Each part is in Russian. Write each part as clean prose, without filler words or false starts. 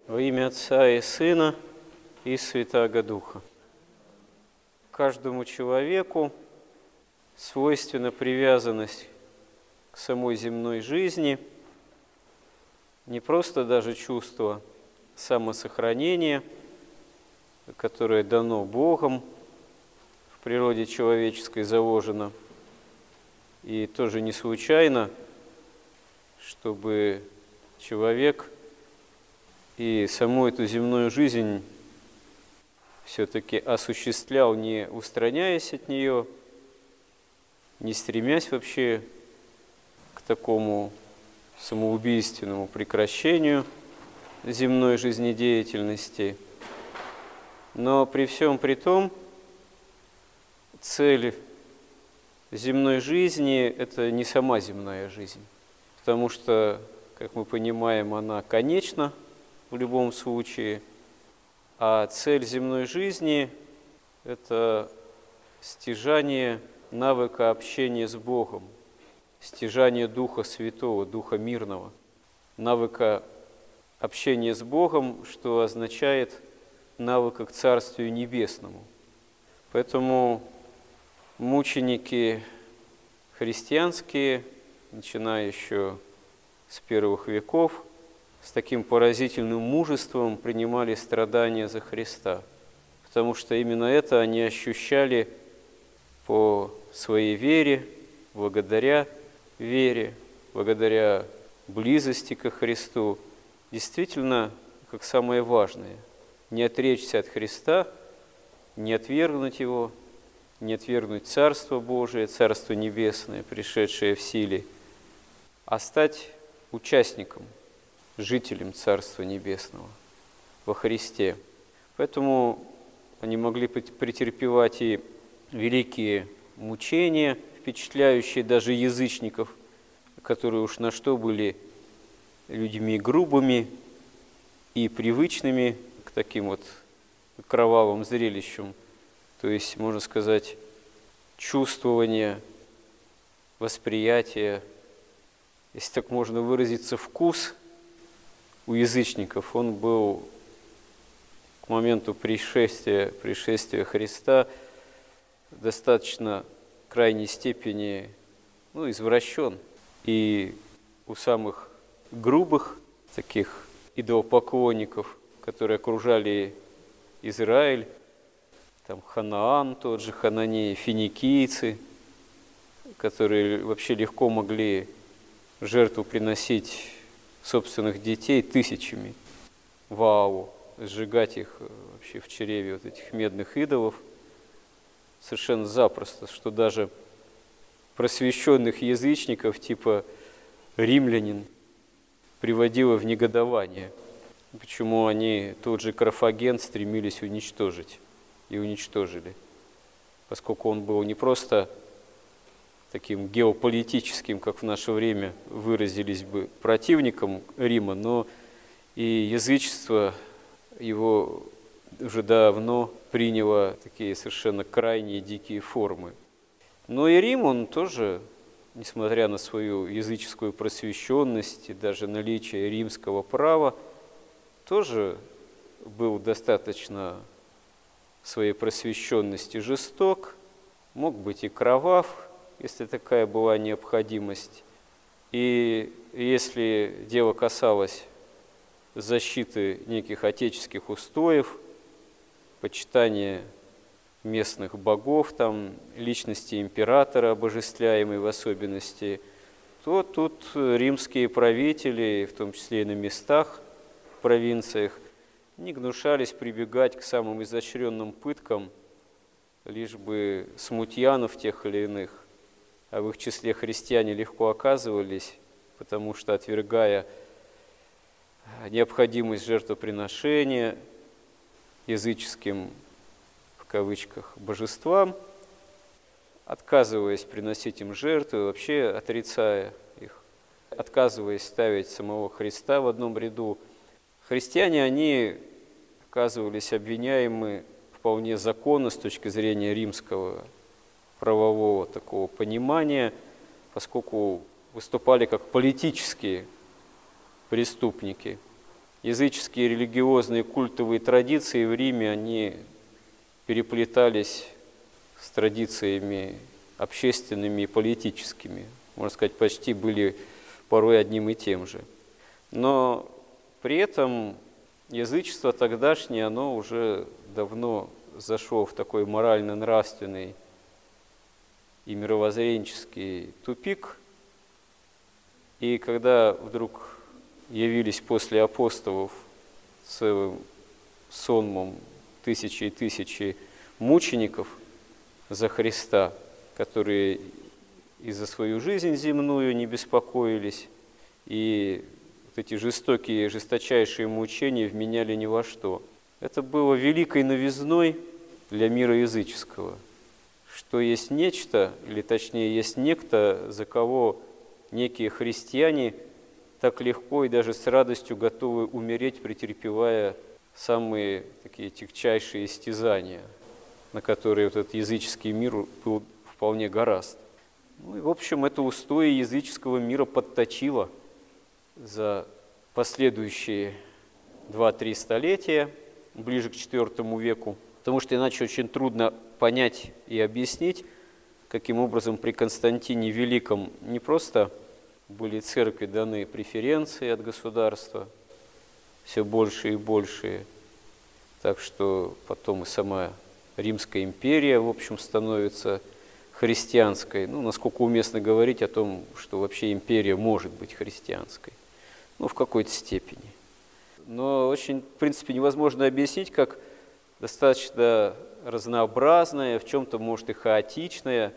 Во имя Отца и Сына и Святаго Духа. Каждому человеку свойственна привязанность к самой земной жизни, не просто даже чувство самосохранения, которое дано Богом, в природе человеческой заложено, и тоже не случайно, чтобы человек и саму эту земную жизнь все-таки осуществлял, не устраняясь от нее, не стремясь вообще к такому самоубийственному прекращению земной жизнедеятельности. Но при всем при том, цель земной жизни – это не сама земная жизнь, потому что, как мы понимаем, она конечна в любом случае, а цель земной жизни – это стяжание навыка общения с Богом, стяжание Духа Святого, Духа Мирного, навыка общения с Богом, что означает навыка к Царствию Небесному. Поэтому мученики христианские, начиная еще с первых веков, с таким поразительным мужеством принимали страдания за Христа, потому что именно это они ощущали по своей вере, благодаря вере, благодаря близости ко Христу, действительно, как самое важное, не отречься от Христа, не отвергнуть Его, не отвергнуть Царство Божие, Царство Небесное, пришедшее в силе, а стать участником, жителем Царства Небесного во Христе. Поэтому они могли претерпевать и великие мучения, впечатляющие даже язычников, которые уж на что были людьми грубыми и привычными к таким вот кровавым зрелищам. То есть, можно сказать, чувствование, восприятие, если так можно выразиться, вкус у язычников, он был к моменту пришествия Христа достаточно крайней степени извращен. И у самых грубых таких идолопоклонников, которые окружали Израиль, там Ханаан, тот же Хананеи, финикийцы, которые вообще легко могли в жертву приносить собственных детей тысячами Ваалу, сжигать их вообще в чреве вот этих медных идолов совершенно запросто, что даже просвещенных язычников типа римлянин приводило в негодование, почему они тот же Карфаген стремились уничтожить и уничтожили, поскольку он был не просто таким геополитическим, как в наше время выразились бы, противником Рима, но и язычество его уже давно приняло такие совершенно крайние дикие формы. Но и Рим, он тоже, несмотря на свою языческую просвещенность и даже наличие римского права, тоже был достаточно в своей просвещенности жесток, мог быть и кровав, если такая была необходимость. И если дело касалось защиты неких отеческих устоев, почитания местных богов, там, личности императора, обожествляемой в особенности, то тут римские правители, в том числе и на местах, в провинциях, не гнушались прибегать к самым изощренным пыткам, лишь бы смутьянов тех или иных, а в их числе христиане легко оказывались, потому что, отвергая необходимость жертвоприношения языческим, в кавычках, божествам, отказываясь приносить им жертвы, вообще отрицая их, отказываясь ставить самого Христа в одном ряду, христиане, они оказывались обвиняемы вполне законно с точки зрения римского правового такого понимания, поскольку выступали как политические преступники. языческие религиозные культовые традиции в Риме, они переплетались с традициями общественными и политическими. Можно сказать, почти были порой одним и тем же. Но при этом язычество тогдашнее, оно уже давно зашло в такой морально-нравственный и мировоззренческий тупик. И когда вдруг явились после апостолов целым сонмом тысячи и тысячи мучеников за Христа, которые и за свою жизнь земную не беспокоились, и вот эти жестокие, жесточайшие мучения вменяли ни во что. Это было великой новизной для мира языческого, что есть нечто, или точнее есть некто, за кого некие христиане так легко и даже с радостью готовы умереть, претерпевая самые такие тягчайшие истязания, на которые вот этот языческий мир был вполне горазд. Ну и, в общем, это устои языческого мира подточило за последующие 2-3 столетия, ближе к IV веку, потому что иначе очень трудно понять и объяснить, каким образом при Константине Великом не просто были церкви даны преференции от государства, все больше и больше, так что потом и сама Римская империя, в общем, становится христианской. Ну, насколько уместно говорить о том, что вообще империя может быть христианской. Ну, в какой-то степени. Но очень, в принципе, невозможно объяснить, как достаточно разнообразная, в чем-то, может, и хаотичная,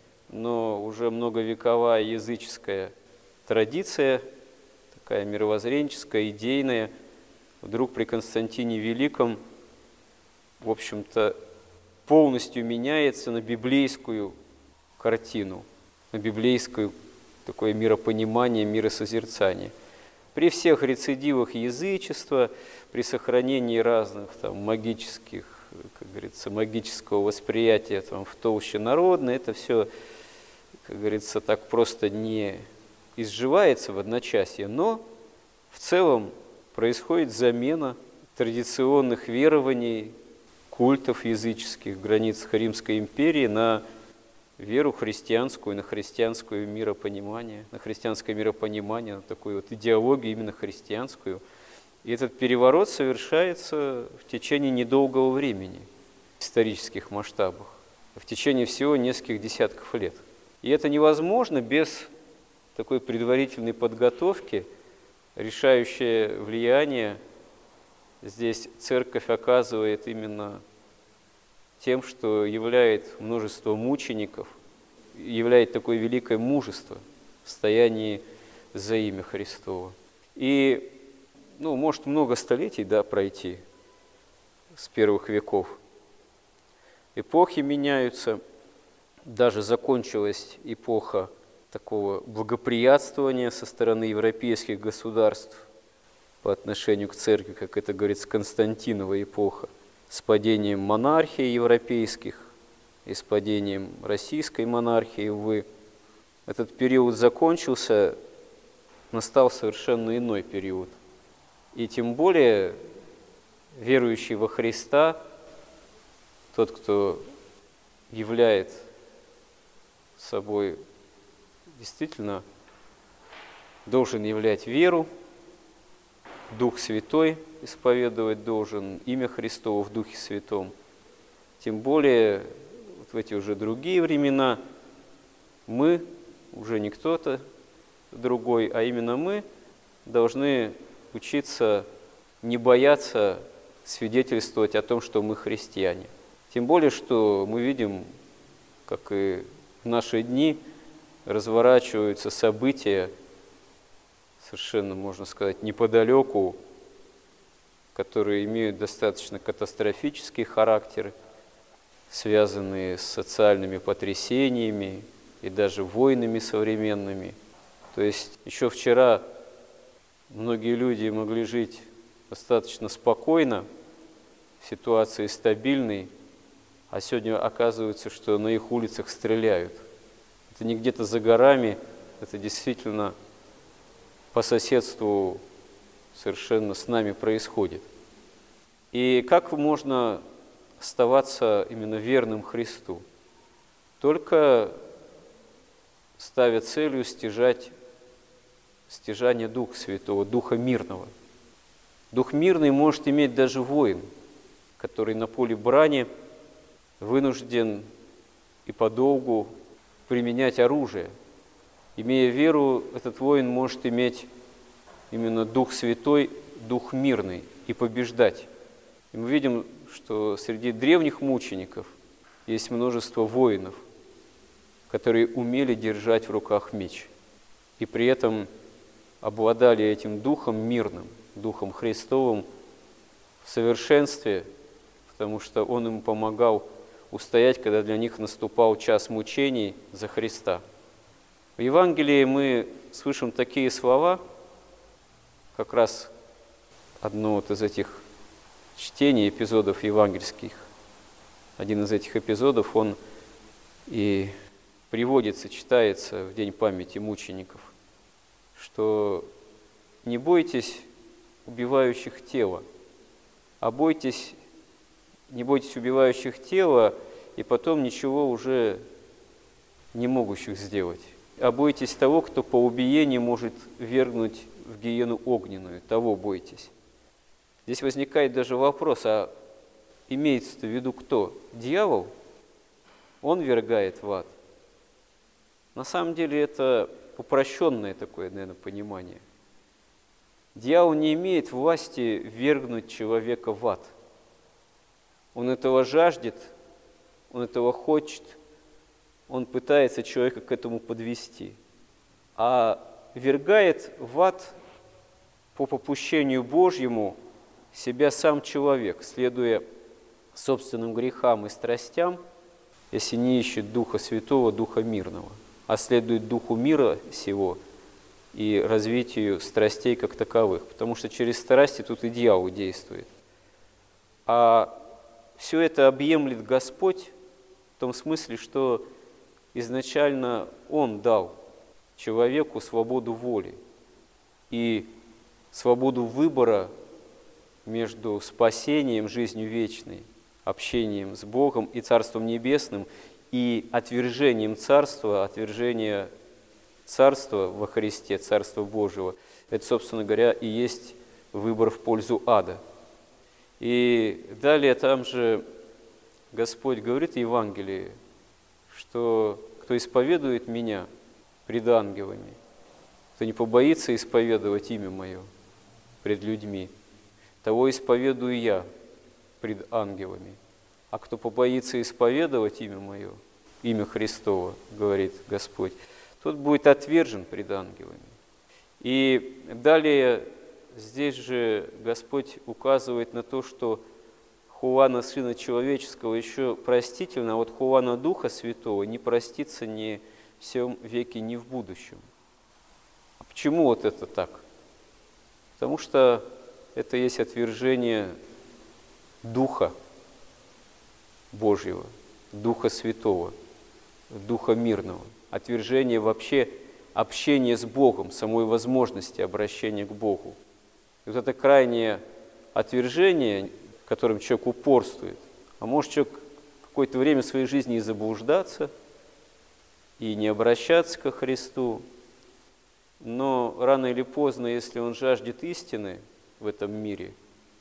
но уже многовековая языческая традиция, такая мировоззренческая, идейная, вдруг при Константине Великом, в общем-то, полностью меняется на библейскую картину, на библейское такое миропонимание, миросозерцание. При всех рецидивах язычества, при сохранении разных там, магических, как говорится, магического восприятия там, в толще народной, это все, как говорится, так просто не изживается в одночасье, но в целом происходит замена традиционных верований, культов языческих в границах Римской империи на веру христианскую, на христианское миропонимание, на такую вот идеологию именно христианскую. И этот переворот совершается в течение недолгого времени в исторических масштабах, в течение всего нескольких десятков лет. И это невозможно без такой предварительной подготовки. Решающее влияние здесь церковь оказывает именно тем, что являет множество мучеников, являет такое великое мужество в стоянии за имя Христово. И, может много столетий, пройти с первых веков. Эпохи меняются, даже закончилась эпоха такого благоприятствования со стороны европейских государств по отношению к церкви, как это говорится, Константинова эпоха, с падением монархий европейских и с падением российской монархии, увы. Этот период закончился, настал совершенно иной период. И тем более верующий во Христа, тот, кто являет собой действительно должен являть веру, Дух Святой исповедовать должен, имя Христово в Духе Святом. Тем более в эти уже другие времена мы, уже не кто-то другой, а именно мы должны учиться не бояться свидетельствовать о том, что мы христиане. Тем более, что мы видим, как и в наши дни разворачиваются события, совершенно, можно сказать, неподалеку, которые имеют достаточно катастрофический характер, связанные с социальными потрясениями и даже войнами современными. То есть еще вчера многие люди могли жить достаточно спокойно, в ситуации стабильной, а сегодня оказывается, что на их улицах стреляют. Это не где-то за горами, это действительно по соседству совершенно с нами происходит. И как можно оставаться именно верным Христу? Только ставя целью стяжание Духа Святого, Духа мирного. Дух мирный может иметь даже воин, который на поле брани вынужден и подолгу применять оружие. Имея веру, этот воин может иметь именно Дух Святой, Дух мирный и побеждать. И мы видим, что среди древних мучеников есть множество воинов, которые умели держать в руках меч, и при этом обладали этим Духом мирным, Духом Христовым в совершенстве, потому что Он им помогал устоять, когда для них наступал час мучений за Христа. В Евангелии мы слышим такие слова, как раз одно вот из этих чтений, эпизодов евангельских, один из этих эпизодов, он и приводится, читается в день памяти мучеников, что не бойтесь убивающих тело, а не бойтесь убивающих тело и потом ничего уже не могущих сделать, а бойтесь того, кто по убиении может ввергнуть в гиену огненную, того бойтесь. Здесь возникает даже вопрос, а имеется в виду кто? Дьявол? Он ввергает в ад. На самом деле это упрощенное такое, наверное, понимание. Дьявол не имеет власти ввергнуть человека в ад. Он этого жаждет, он этого хочет, он пытается человека к этому подвести. А ввергает в ад по попущению Божьему себя сам человек, следуя собственным грехам и страстям, если не ищет Духа Святого, Духа мирного, а следует Духу мира сего и развитию страстей как таковых, потому что через страсти тут и дьявол действует. А все это объемлет Господь в том смысле, что изначально Он дал человеку свободу воли и свободу выбора между спасением, жизнью вечной, общением с Богом и Царством Небесным, и отвержением Царства, отвержение Царства во Христе, Царства Божьего. Это, собственно говоря, и есть выбор в пользу ада. И далее там же Господь говорит в Евангелии, что кто исповедует Меня пред ангелами, кто не побоится исповедовать имя Мое пред людьми, того исповедую Я пред ангелами. А кто побоится исповедовать имя Мое, имя Христово, говорит Господь, тот будет отвержен пред ангелами. И далее здесь же Господь указывает на то, что хуана Сына Человеческого еще простительно, а вот хуана Духа Святого не простится ни в всем веке, ни в будущем. А почему вот это так? Потому что это есть отвержение Духа Божьего, Духа Святого, Духа мирного, отвержение вообще общения с Богом, самой возможности обращения к Богу. И вот это крайнее отвержение, которым человек упорствует, а может человек какое-то время в своей жизни и заблуждаться, и не обращаться ко Христу, но рано или поздно, если он жаждет истины в этом мире,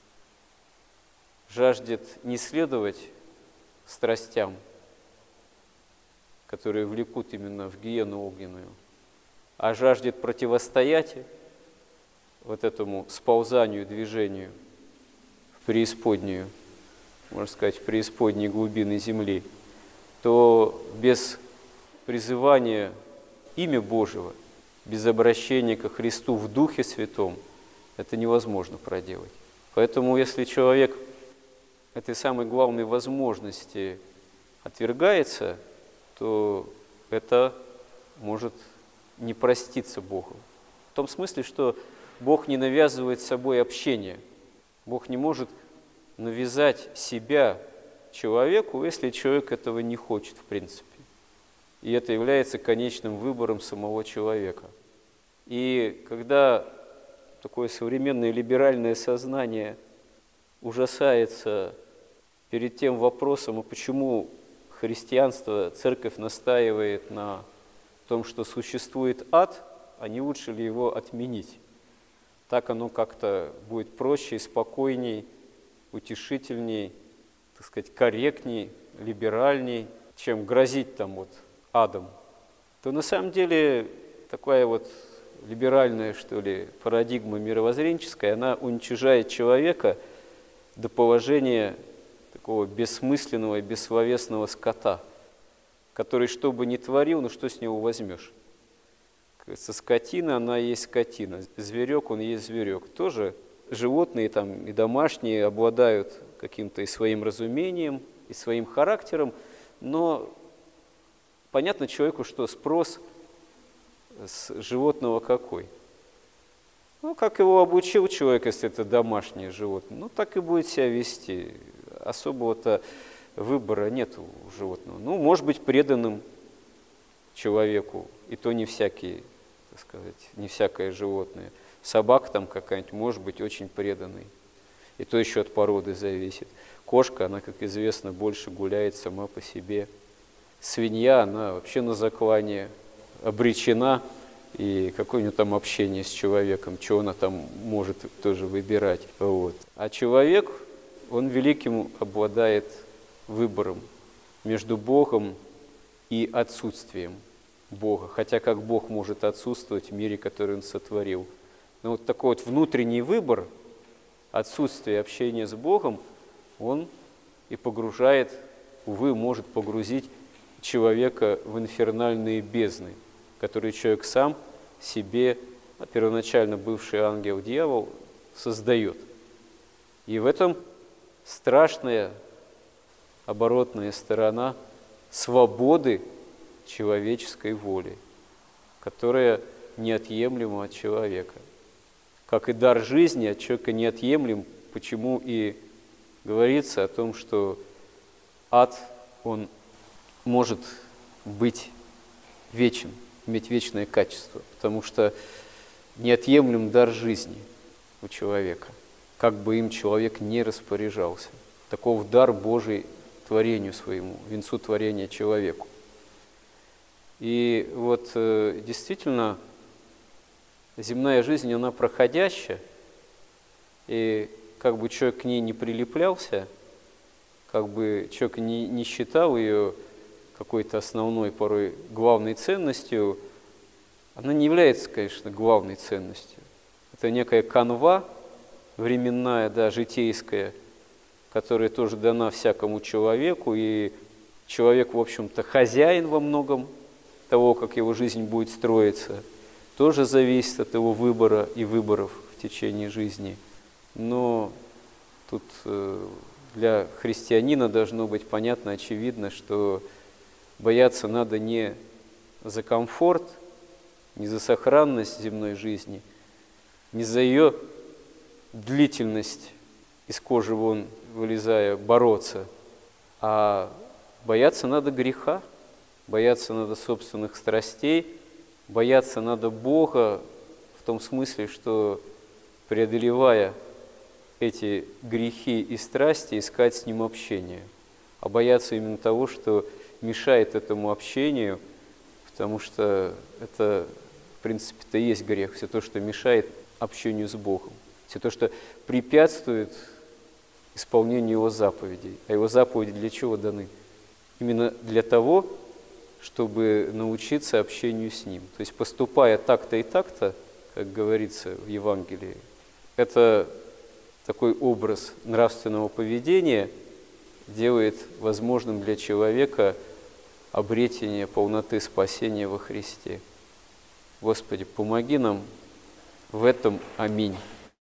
жаждет не следовать страстям, которые влекут именно в гиену огненную, а жаждет противостоять вот этому сползанию, движению в преисподнюю, можно сказать, в преисподние глубины земли, то без призывания имя Божьего, без обращения ко Христу в Духе Святом это невозможно проделать. Поэтому если человек этой самой главной возможности отвергается, то это может не проститься Богу. В том смысле, что Бог не навязывает собой общение. Бог не может навязать себя человеку, если человек этого не хочет в принципе. И это является конечным выбором самого человека. И когда такое современное либеральное сознание ужасается перед тем вопросом, а почему христианство, церковь настаивает на том, что существует ад, а не лучше ли его отменить? Так оно как-то будет проще, спокойней, утешительней, так сказать, корректней, либеральней, чем грозить там вот адом. То на самом деле такая вот либеральная, что ли, парадигма мировоззренческая, она уничижает человека до положения такого бессмысленного и бессловесного скота, который что бы ни творил, ну что с него возьмешь? Кажется, скотина, она есть скотина, зверек, он есть зверек. Тоже животные там и домашние обладают каким-то и своим разумением, и своим характером, но понятно человеку, что спрос с животного какой. Ну, как его обучил человек, если это домашнее животное, ну, так и будет себя вести. Особого-то выбора нет у животного. Ну, может быть, преданным человеку, и то не всякий, так сказать, не всякое животное. Собака там какая-нибудь может быть очень преданной, и то еще от породы зависит. Кошка, она, как известно, больше гуляет сама по себе. Свинья, она вообще на заклание обречена, и какое у нее там общение с человеком, что она там может тоже выбирать. Вот. А человек, он великим обладает выбором между Богом и отсутствием Бога. Хотя как Бог может отсутствовать в мире, который Он сотворил. Но вот такой вот внутренний выбор, отсутствие общения с Богом, он и погружает, увы, может погрузить человека в инфернальные бездны, которые человек сам себе, первоначально бывший ангел-дьявол, создает. И в этом страшная оборотная сторона свободы человеческой воли, которая неотъемлема от человека. Как и дар жизни от человека неотъемлем, почему и говорится о том, что ад, он может быть вечен, иметь вечное качество, потому что неотъемлем дар жизни у человека, как бы им человек не распоряжался. Таков дар Божий творению своему, венцу творения человеку. И вот действительно земная жизнь, она проходящая, и как бы человек к ней не прилеплялся, как бы человек не считал ее какой-то основной, порой главной ценностью, она не является, конечно, главной ценностью. Это некая канва временная, да, житейская, которая тоже дана всякому человеку, и человек, в общем-то, хозяин во многом того, как его жизнь будет строиться, тоже зависит от его выбора и выборов в течение жизни. Но тут для христианина должно быть понятно, очевидно, что бояться надо не за комфорт, не за сохранность земной жизни, не за ее длительность, из кожи вон вылезая, бороться, а бояться надо греха, бояться надо собственных страстей, бояться надо Бога в том смысле, что, преодолевая эти грехи и страсти, искать с Ним общение, а бояться именно того, что мешает этому общению, потому что это, в принципе-то, и есть грех, все то, что мешает общению с Богом, все то, что препятствует исполнению Его заповедей. А Его заповеди для чего даны? Именно для того, чтобы научиться общению с Ним. То есть, поступая так-то и так-то, как говорится в Евангелии, это такой образ нравственного поведения делает возможным для человека обретение полноты спасения во Христе. Господи, помоги нам в этом. Аминь.